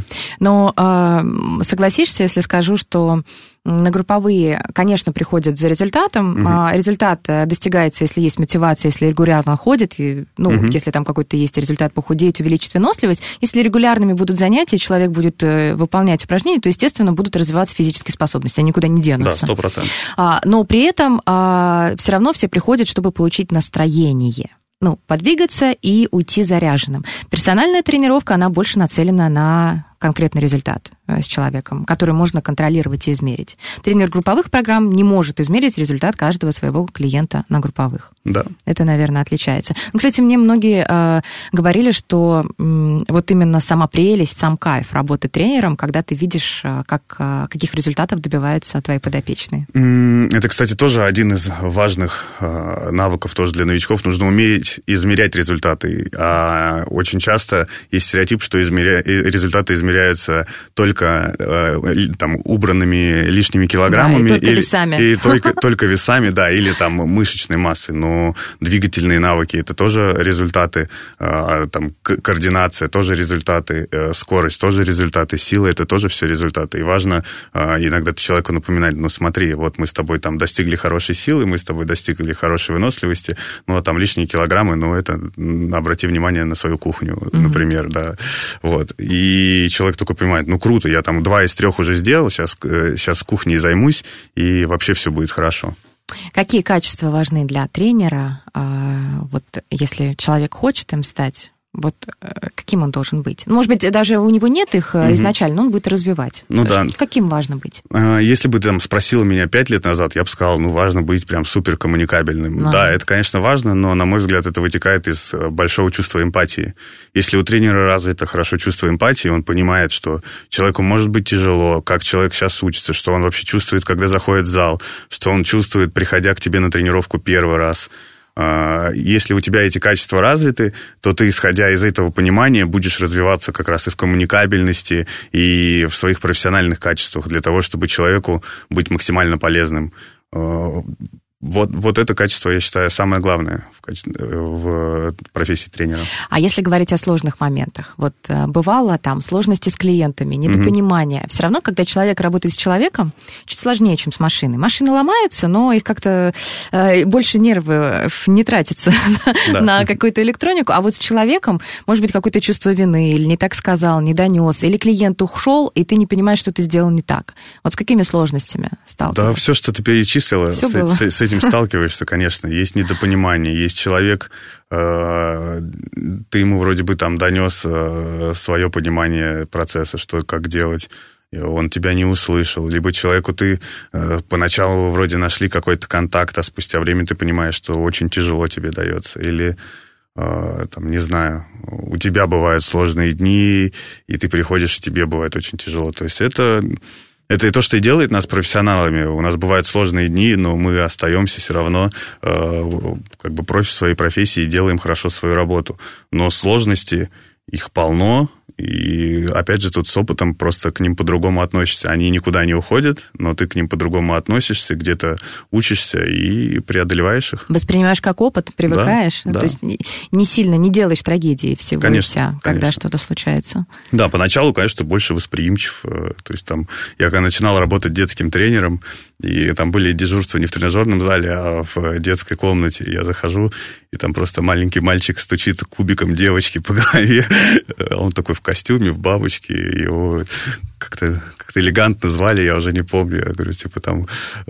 Но согласишься, если скажу, что на групповые, конечно, приходят за результатом. Угу. Результат достигается, если есть мотивация, если регулярно ходит, и, ну, угу. если там какой-то есть результат, похудеть, увеличить выносливость. Если регулярными будут занятия, человек будет выполнять упражнения, то, естественно, будут развиваться физические способности, они никуда не денутся. Да, сто процентов. Но при этом все равно все приходят, чтобы получить настроение. Ну, подвигаться и уйти заряженным. Персональная тренировка, она больше нацелена на конкретный результат с человеком, который можно контролировать и измерить. Тренер групповых программ не может измерить результат каждого своего клиента на групповых. Да. Это, наверное, отличается. Ну, кстати, мне многие э, говорили, что э, вот именно сама прелесть, сам кайф работы тренером, когда ты видишь, э, как, э, каких результатов добиваются твои подопечные. Это, кстати, тоже один из важных э, навыков тоже для новичков. Нужно уметь измерять результаты. А очень часто есть стереотип, что измеря... результаты измеряются только там убранными лишними килограммами, да, и только или, весами. И только, только весами, да, или там мышечной массой. Но двигательные навыки — это тоже результаты, там координация — тоже результаты, скорость — тоже результаты, сила — это тоже все результаты. И важно иногда человеку напоминать: ну смотри, вот мы с тобой там достигли хорошей силы, мы с тобой достигли хорошей выносливости, ну а там лишние килограммы, ну это обрати внимание на свою кухню, mm-hmm. например, да. Вот. И человек только понимает: ну круто, я там два из трех уже сделал, сейчас, сейчас кухней займусь, и вообще все будет хорошо. Какие качества важны для тренера, вот если человек хочет им стать, Вот каким он должен быть? Может быть, даже у него нет их угу. изначально, но он будет развивать. Ну да. Каким важно быть? Если бы ты там спросила меня пять лет назад, я бы сказал, ну, важно быть прям суперкоммуникабельным. А. Да, это, конечно, важно, но, на мой взгляд, это вытекает из большого чувства эмпатии. Если у тренера развито хорошо чувство эмпатии, он понимает, что человеку может быть тяжело, как человек сейчас учится, что он вообще чувствует, когда заходит в зал, что он чувствует, приходя к тебе на тренировку первый раз. Если у тебя эти качества развиты, то ты, исходя из этого понимания, будешь развиваться как раз и в коммуникабельности, и в своих профессиональных качествах для того, чтобы человеку быть максимально полезным. Вот, вот это качество, я считаю, самое главное в, качестве, в профессии тренера. А если говорить о сложных моментах? Вот бывало там сложности с клиентами, недопонимание. Mm-hmm. Все равно, когда человек работает с человеком, чуть сложнее, чем с машиной. Машины ломаются, но их как-то э, больше нервов не тратится на, на какую-то электронику. А вот с человеком может быть какое-то чувство вины, или не так сказал, не донес, или клиент ушел, и ты не понимаешь, что ты сделал не так. Вот с какими сложностями сталкиваешься? Да, все, что ты перечислила, с, с, с этим сталкиваешься, конечно. Есть недопонимание, есть человек, э, ты ему вроде бы там донес э, свое понимание процесса, что как делать, он тебя не услышал. Либо человеку ты э, поначалу вроде нашли какой-то контакт, а спустя время ты понимаешь, что очень тяжело тебе дается. Или, э, там, не знаю, у тебя бывают сложные дни, и ты приходишь, и тебе бывает очень тяжело. То есть это... Это и то, что и делает нас профессионалами. У нас бывают сложные дни, но мы остаемся все равно э, как бы профи своей профессии и делаем хорошо свою работу. Но сложности, их полно, и опять же тут с опытом просто к ним по-другому относишься. Они никуда не уходят, но ты к ним по-другому относишься, где-то учишься и преодолеваешь их. Воспринимаешь как опыт, привыкаешь? Да, ну, да. То есть не сильно не делаешь трагедии всего конечно, и вся, конечно. когда что-то случается? Да, поначалу, конечно, больше восприимчив. То есть там, я когда начинал работать детским тренером, и там были дежурства не в тренажерном зале, а в детской комнате. Я захожу, и там просто маленький мальчик стучит кубиком девочки по голове. Он такой в костюме, в бабочке. Его как-то, как-то элегантно звали, я уже не помню. Я говорю, типа там,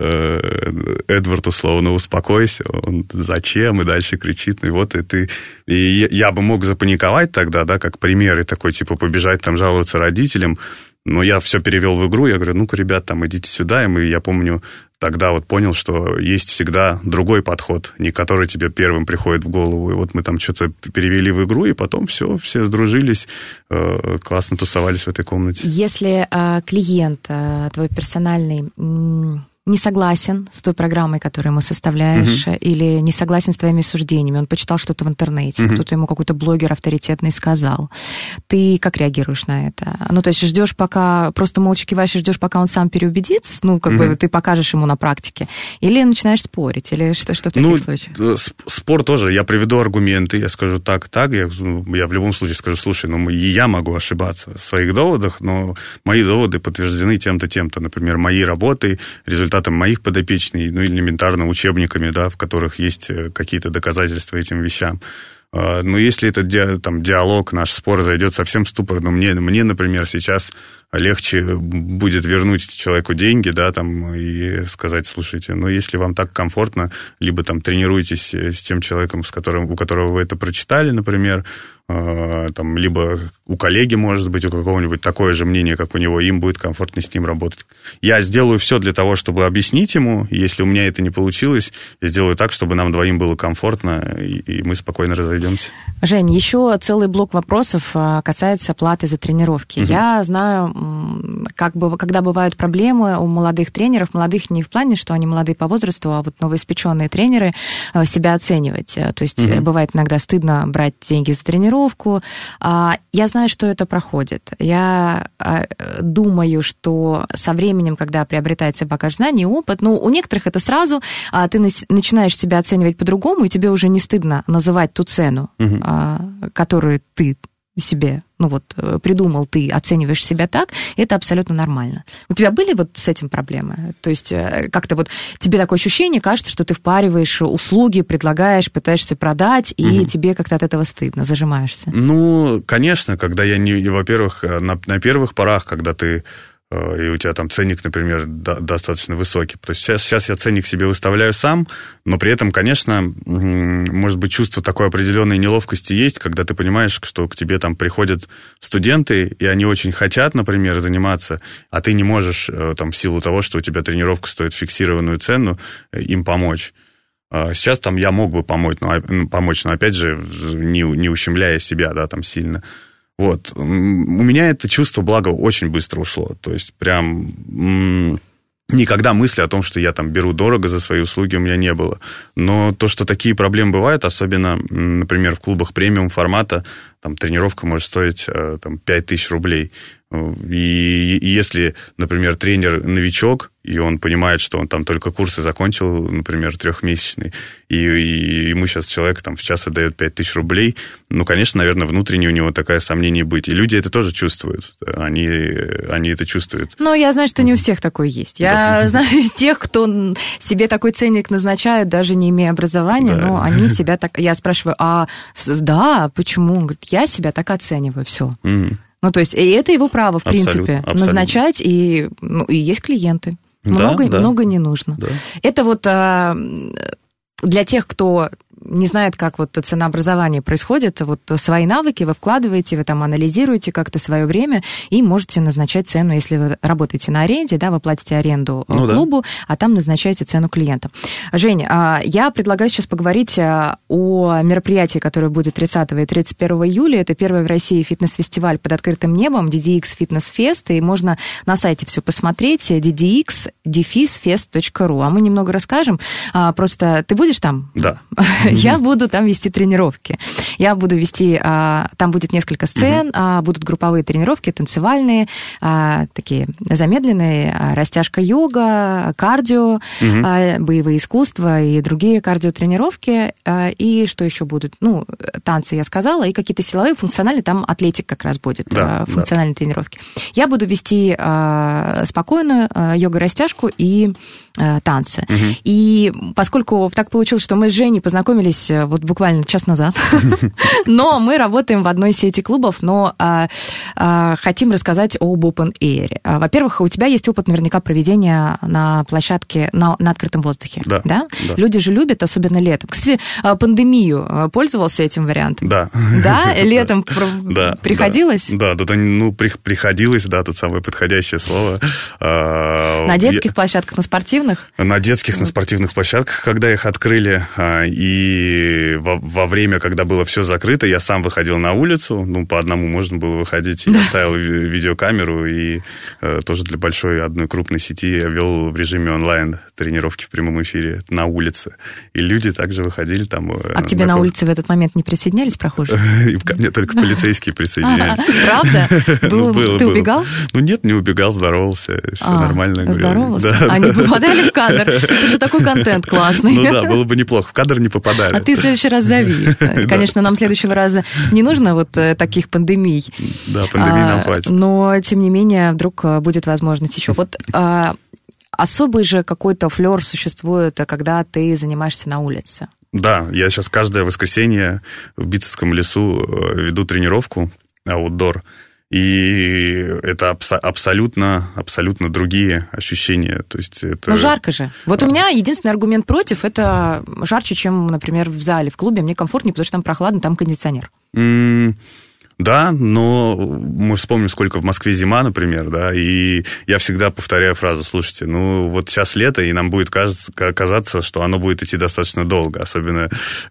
Эдвард, условно, успокойся. Он зачем? И дальше кричит. Ну и вот и ты... И я бы мог запаниковать тогда, да, как пример, и такой, типа, побежать там жаловаться родителям. Но я все перевел в игру, я говорю, ну-ка, ребят, там, идите сюда. И мы, я помню, тогда вот понял, что есть всегда другой подход, не который тебе первым приходит в голову. И вот мы там что-то перевели в игру, и потом все, все сдружились, э, классно тусовались в этой комнате. Если э, клиент э, твой персональный... М- не согласен с той программой, которую ему составляешь, uh-huh. или не согласен с твоими суждениями, он почитал что-то в интернете, uh-huh. кто-то ему какой-то блогер авторитетный сказал. Ты как реагируешь на это? Ну, то есть ждешь, пока, просто молча киваешь и ждешь, пока он сам переубедится, ну, как uh-huh. бы ты покажешь ему на практике, или начинаешь спорить, или что, что в таких ну, случаях? Спор тоже, я приведу аргументы, я скажу так, так, я, я в любом случае скажу, слушай, ну, и я могу ошибаться в своих доводах, но мои доводы подтверждены тем-то, тем-то, например, моей работой, результатом моих подопечных, ну, элементарно учебниками, да, в которых есть какие-то доказательства этим вещам. Но если этот там, диалог, наш спор зайдет совсем в ступор, но мне, мне, например, сейчас легче будет вернуть человеку деньги, да, там, и сказать, слушайте, ну, если вам так комфортно, либо там тренируйтесь с тем человеком, с которым, у которого вы это прочитали, например, там, либо у коллеги, может быть, у какого-нибудь такое же мнение, как у него, им будет комфортно с ним работать. Я сделаю все для того, чтобы объяснить ему, если у меня это не получилось, я сделаю так, чтобы нам двоим было комфортно, и, и мы спокойно разойдемся. Жень, еще целый блок вопросов касается платы за тренировки. Угу. Я знаю, как бы, когда бывают проблемы у молодых тренеров, молодых не в плане, что они молодые по возрасту, а вот новоиспеченные тренеры, себя оценивать. То есть угу. бывает иногда стыдно брать деньги за тренировку. Я знаю, что это проходит. Я думаю, что со временем, когда приобретается багаж знаний и опыт, ну, у некоторых это сразу, ты начинаешь себя оценивать по-другому, и тебе уже не стыдно называть ту цену, угу. которую ты себе, ну вот, придумал, ты оцениваешь себя так, это абсолютно нормально. У тебя были вот с этим проблемы? То есть как-то вот тебе такое ощущение, кажется, что ты впариваешь услуги, предлагаешь, пытаешься продать, и угу. тебе как-то от этого стыдно, зажимаешься? Ну, конечно, когда я, не, во-первых, на, на первых порах, когда ты и у тебя там ценник, например, до, достаточно высокий. То есть сейчас, сейчас я ценник себе выставляю сам, но при этом, конечно, может быть, чувство такой определенной неловкости есть, когда ты понимаешь, что к тебе там приходят студенты, и они очень хотят, например, заниматься, а ты не можешь там в силу того, что у тебя тренировка стоит фиксированную цену, им помочь. Сейчас там я мог бы помочь, но, помочь, но опять же, не, не ущемляя себя, да, там сильно. Вот. У меня это чувство, благо, очень быстро ушло. То есть прям м- никогда мысли о том, что я там беру дорого за свои услуги, у меня не было. Но то, что такие проблемы бывают, особенно, например, в клубах премиум формата, там тренировка может стоить там, пять тысяч рублей. И если, например, тренер новичок, и он понимает, что он там только курсы закончил, например, трехмесячный, и, и ему сейчас человек там в час отдает пять тысяч рублей, ну, конечно, наверное, внутренне у него такое сомнение быть. И люди это тоже чувствуют. Они, они это чувствуют. Ну, я знаю, что не у всех такое есть. Я да. знаю тех, кто себе такой ценник назначают, даже не имея образования, да. но они себя так... Я спрашиваю, а да, почему? Он говорит, я себя так оцениваю, все. Mm-hmm. Ну, то есть, и это его право, в абсолютно, принципе, абсолютно. назначать, и, ну, и есть клиенты. Много, да, да. много не нужно. Да. Это вот а, для тех, кто не знает, как вот ценообразование происходит, вот свои навыки вы вкладываете, вы там анализируете как-то свое время и можете назначать цену, если вы работаете на аренде, да, вы платите аренду ну, клубу, да. а там назначаете цену клиента. Женя, я предлагаю сейчас поговорить о мероприятии, которое будет тридцатого и тридцать первого июля. Это первый в России фитнес-фестиваль под открытым небом, ди ди икс Fitness Fest, и можно на сайте все посмотреть, ди ди икс дефис фест точка ру. А мы немного расскажем. Просто ты будешь там? Да. Я буду там вести тренировки. Я буду вести... Там будет несколько сцен, uh-huh. будут групповые тренировки, танцевальные, такие замедленные, растяжка-йога, кардио, uh-huh. боевые искусства и другие кардиотренировки. И что еще будут? Ну, танцы я сказала, и какие-то силовые, функциональные, там атлетик как раз будет, да, функциональные да. тренировки. Я буду вести спокойную йога-растяжку и танцы. Uh-huh. И поскольку так получилось, что мы с Женей познакомились вот буквально час назад, но мы работаем в одной сети клубов, но а, а, хотим рассказать об Open Air. А, во-первых, у тебя есть опыт наверняка проведения на площадке на, на открытом воздухе. Да, да? да. Люди же любят, особенно летом. Кстати, пандемию пользовался этим вариантом? Да. Да? Летом приходилось? Да, тут ну, приходилось, да, тут самое подходящее слово. На детских площадках, на спортивных? На детских, на спортивных площадках, когда их открыли, и И во, во время, когда было все закрыто, я сам выходил на улицу. Ну, по одному можно было выходить. Я ставил видеокамеру и э, тоже для большой одной крупной сети я вел в режиме онлайн тренировки в прямом эфире на улице. И люди также выходили там. А к тебе на улице в этот момент не присоединялись прохожие? Ко мне только полицейские присоединялись. Правда? Ты убегал? Ну, нет, не убегал, здоровался. Все нормально. Здоровался? Они попадали в кадр? Это же такой контент классный. Ну да, было бы неплохо. В кадр не попадали. А ты в следующий раз зови. Конечно, нам следующего раза не нужно вот таких пандемий. Да, пандемии нам хватит. Но, тем не менее, вдруг будет возможность еще. Вот особый же какой-то флёр существует, когда ты занимаешься на улице. Да, я сейчас каждое воскресенье в Битцевском лесу веду тренировку аутдор. И это абс- абсолютно, абсолютно другие ощущения. То есть это... Но жарко же. Вот у меня единственный аргумент против – это жарче, чем, например, в зале, в клубе. Мне комфортнее, потому что там прохладно, там кондиционер. Mm. Да, но мы вспомним, сколько в Москве зима, например, да, и я всегда повторяю фразу, слушайте, ну вот сейчас лето, и нам будет кажется, казаться, что оно будет идти достаточно долго, особенно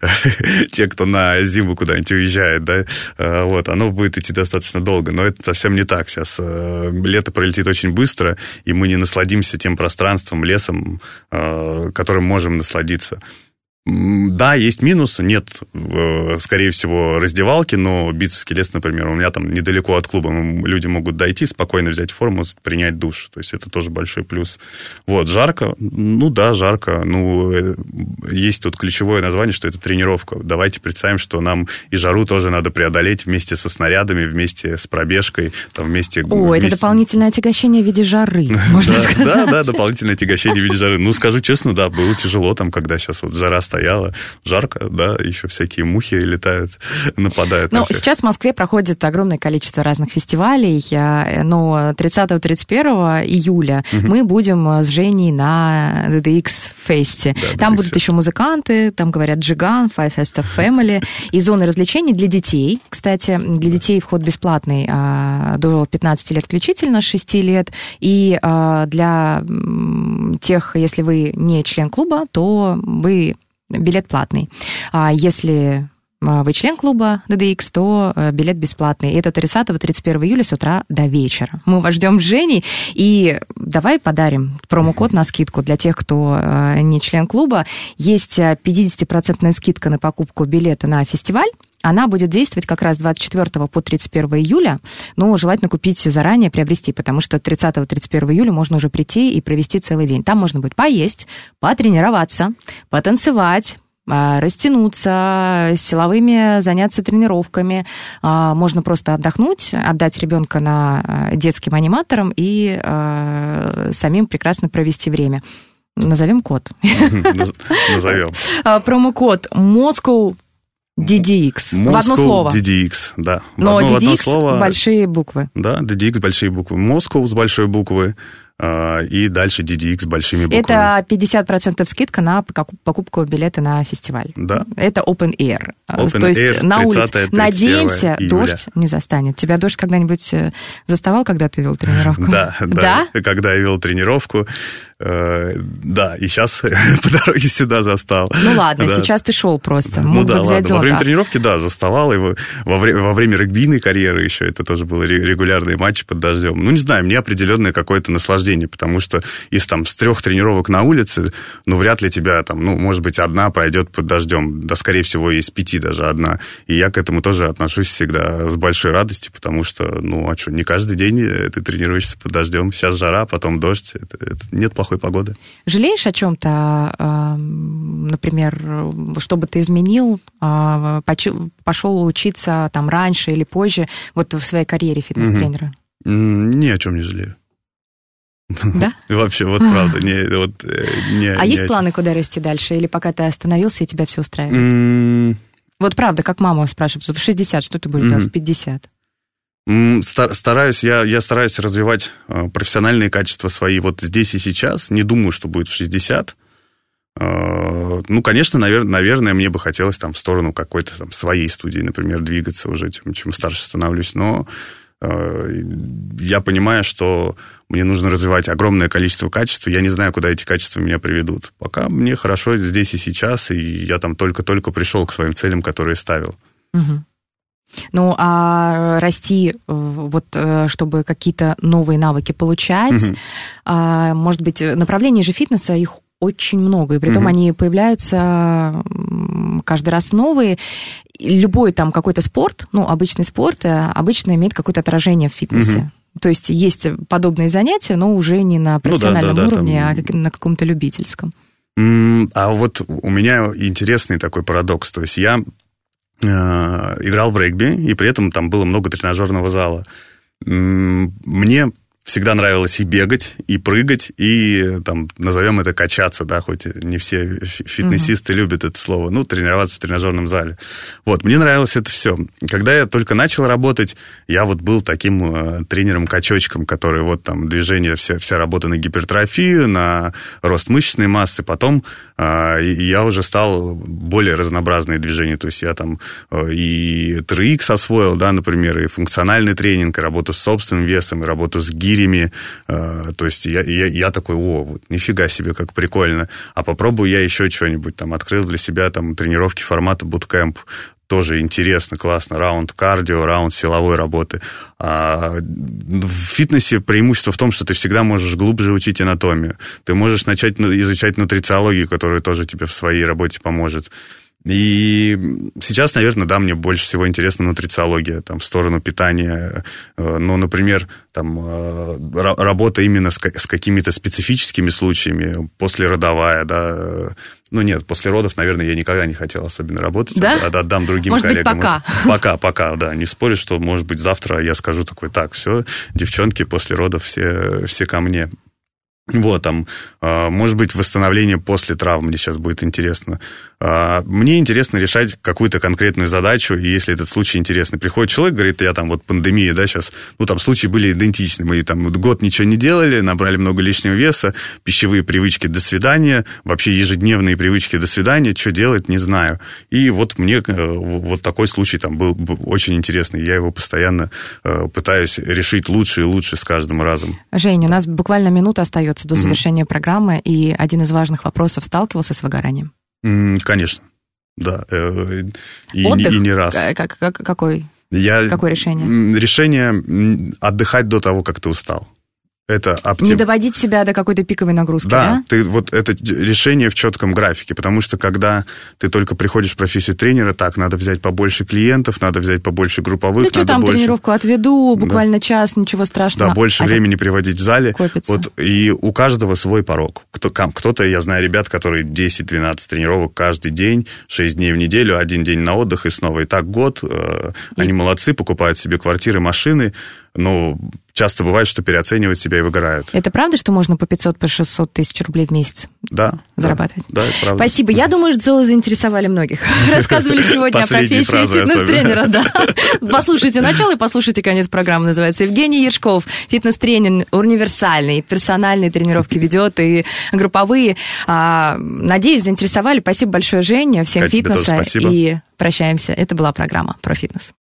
те, кто на зиму куда-нибудь уезжает, да, вот, оно будет идти достаточно долго, но это совсем не так. Сейчас лето пролетит очень быстро, и мы не насладимся тем пространством, лесом, которым можем насладиться. Да, есть минусы, нет, скорее всего, раздевалки, но Битцевский лес, например, у меня там недалеко от клуба, люди могут дойти, спокойно взять форму, принять душ, то есть это тоже большой плюс. Вот, жарко, ну да, жарко, ну, есть тут ключевое название, что это тренировка. Давайте представим, что нам и жару тоже надо преодолеть вместе со снарядами, вместе с пробежкой, там вместе... О, вместе... это дополнительное отягощение в виде жары, можно сказать. Да, да, дополнительное отягощение в виде жары. Ну, скажу честно, да, было тяжело там, когда сейчас вот жара стояла. Жарко, да, еще всякие мухи летают, нападают. Ну, сейчас в Москве проходит огромное количество разных фестивалей, но тридцатого-тридцать первого июля угу. мы будем с Женей на ди ди икс-фесте. Да, там будут еще музыканты, там говорят Джиган, Five Festa Family, и зоны развлечений для детей. Кстати, для детей вход бесплатный до пятнадцати лет включительно, с шести лет, и для тех, если вы не член клуба, то вы билет платный. А если вы член клуба ди ди икс, то билет бесплатный. И это тридцатого-тридцать первого июля с утра до вечера. Мы вас ждем с Женей, и давай подарим промокод на скидку для тех, кто не член клуба. Есть пятидесятипроцентная скидка на покупку билета на фестиваль. Она будет действовать как раз с двадцать четвёртого по тридцать первого июля, но желательно купить заранее, приобрести, потому что тридцатого-тридцать первого июля можно уже прийти и провести целый день. Там можно будет поесть, потренироваться, потанцевать, растянуться, силовыми заняться тренировками. Можно просто отдохнуть, отдать ребенка на детским аниматорам и самим прекрасно провести время. Назовем код. Назовем. Промокод Moscow ди ди икс. Moscow в одно слово. ди ди икс, да. Но одно, ди ди икс слово... большие буквы. Да, ди ди икс большие буквы. Moscow с большой буквы. И дальше ди ди икс большими буквами. Это пятьдесят процентов скидка на покупку билета на фестиваль. Да. Это open air. Open То есть air, на улице. Надеемся, июля. Дождь не застанет. Тебя дождь когда-нибудь заставал, когда ты вел тренировку? Да, да. да? Когда я вел тренировку, э, да, и сейчас по дороге сюда застал. Ну ладно, да. Сейчас ты шел просто. Ну Мог да, бы взять ладно. Во время золото. тренировки, да, заставал его. Во время, во время регбийной карьеры еще это тоже было регулярные матчи под дождем. Ну, не знаю, мне определенное какое-то наслаждение, потому что из там с трех тренировок на улице, ну, вряд ли тебя там, ну, может быть, одна пройдет под дождем. Да, скорее всего, из пяти даже одна. И я к этому тоже отношусь всегда с большой радостью, потому что, ну, а что, не каждый день ты тренируешься под дождем. Сейчас жара, потом дождь. Это, это, нет плохой погоды. Жалеешь о чем-то, например, что бы ты изменил, пошел учиться там раньше или позже, вот в своей карьере фитнес-тренера? Ни о чем не жалею. Да? Вообще, вот правда. Не, вот, не, а не есть планы, куда расти дальше? Или пока ты остановился, и тебя все устраивает? Вот правда, как мама спрашивает, в шестьдесят что ты будешь делать, в пятьдесят? Стараюсь, я, я стараюсь развивать профессиональные качества свои вот здесь и сейчас. Не думаю, что будет в шестьдесят. Ну, конечно, навер- наверное, мне бы хотелось там в сторону какой-то там своей студии, например, двигаться уже, чем, чем старше становлюсь. Но я понимаю, что мне нужно развивать огромное количество качеств, я не знаю, куда эти качества меня приведут. Пока мне хорошо здесь и сейчас, и я там только-только пришел к своим целям, которые ставил. Угу. Ну, а расти, вот, чтобы какие-то новые навыки получать, угу. а, может быть, направлений же фитнеса, их очень много, и притом угу. они появляются каждый раз новые. Любой там какой-то спорт, ну, обычный спорт, обычно имеет какое-то отражение в фитнесе. Угу. То есть есть подобные занятия, но уже не на профессиональном ну, да, да, уровне, да, там... а на каком-то любительском. А вот у меня интересный такой парадокс. То есть я э, играл в регби, и при этом там было много тренажерного зала. Мне всегда нравилось и бегать, и прыгать, и, там, назовем это, качаться, да, хоть не все фитнесисты uh-huh. любят это слово, ну, тренироваться в тренажерном зале. Вот, мне нравилось это все. Когда я только начал работать, я вот был таким э, тренером-качочком, который вот там движение, вся, вся работа на гипертрофию, на рост мышечной массы, потом э, я уже стал более разнообразные движения, то есть я там э, и три икс освоил, да, например, и функциональный тренинг, и работу с собственным весом, и работу с гирями. То есть я, я, я такой, о, вот, нифига себе, как прикольно. А попробую я еще что-нибудь. Там открыл для себя там тренировки формата буткэмп. Тоже интересно, классно. Раунд кардио, раунд силовой работы. А в фитнесе преимущество в том, что ты всегда можешь глубже учить анатомию. Ты можешь начать изучать нутрициологию, которая тоже тебе в своей работе поможет. И сейчас, наверное, да, мне больше всего интересна нутрициология, там, в сторону питания. Ну, например, там, работа именно с, с какими-то специфическими случаями, послеродовая, да. Ну, нет, после родов, наверное, я никогда не хотел особенно работать. Да? Отдам другим может коллегам. Быть, пока. Вот, пока, пока, да. Не спорю, что, может быть, завтра я скажу такой, так, все, девчонки после родов все, все ко мне. Вот, там, может быть, восстановление после травм, мне сейчас будет интересно. Мне интересно решать какую-то конкретную задачу, и если этот случай интересный. Приходит человек, говорит, я там вот пандемия, да, сейчас, ну, там случаи были идентичны. Мы там вот год ничего не делали, набрали много лишнего веса, пищевые привычки до свидания, вообще ежедневные привычки до свидания, что делать, не знаю. И вот мне вот такой случай там был очень интересный. Я его постоянно пытаюсь решить лучше и лучше с каждым разом. Жень, у нас буквально минута остается до завершения mm-hmm. программы, и один из важных вопросов: сталкивался с выгоранием? Mm, конечно, да. И, Отдых? И не раз. Как, как, какой? Я, Какое решение? Решение отдыхать до того, как ты устал. Это оптим... Не доводить себя до какой-то пиковой нагрузки, да? Да, ты, вот это решение в четком графике, потому что когда ты только приходишь в профессию тренера, так, надо взять побольше клиентов, надо взять побольше групповых. Да что там, больше... тренировку отведу, буквально да. час, ничего страшного. Да, больше а времени приводить в зале. Копится. Вот, и у каждого свой порог. Кто, кто-то, я знаю ребят, которые десять-двенадцать тренировок каждый день, шесть дней в неделю, один день на отдых и снова. И так год. И... Они молодцы, покупают себе квартиры, машины. Но часто бывает, что переоценивают себя и выгорают. Это правда, что можно по пятьсот, по шестьсот тысяч рублей в месяц да, зарабатывать? Да, да, это правда. Спасибо. Я думаю, что заинтересовали многих. Рассказывали сегодня о профессии фитнес-тренера. Да. Послушайте начало и послушайте конец программы. Называется Евгений Ершков. Фитнес-тренер универсальный, персональные тренировки ведет и групповые. Надеюсь, заинтересовали. Спасибо большое, Женя. Всем фитнеса. И прощаемся. Это была программа про фитнес.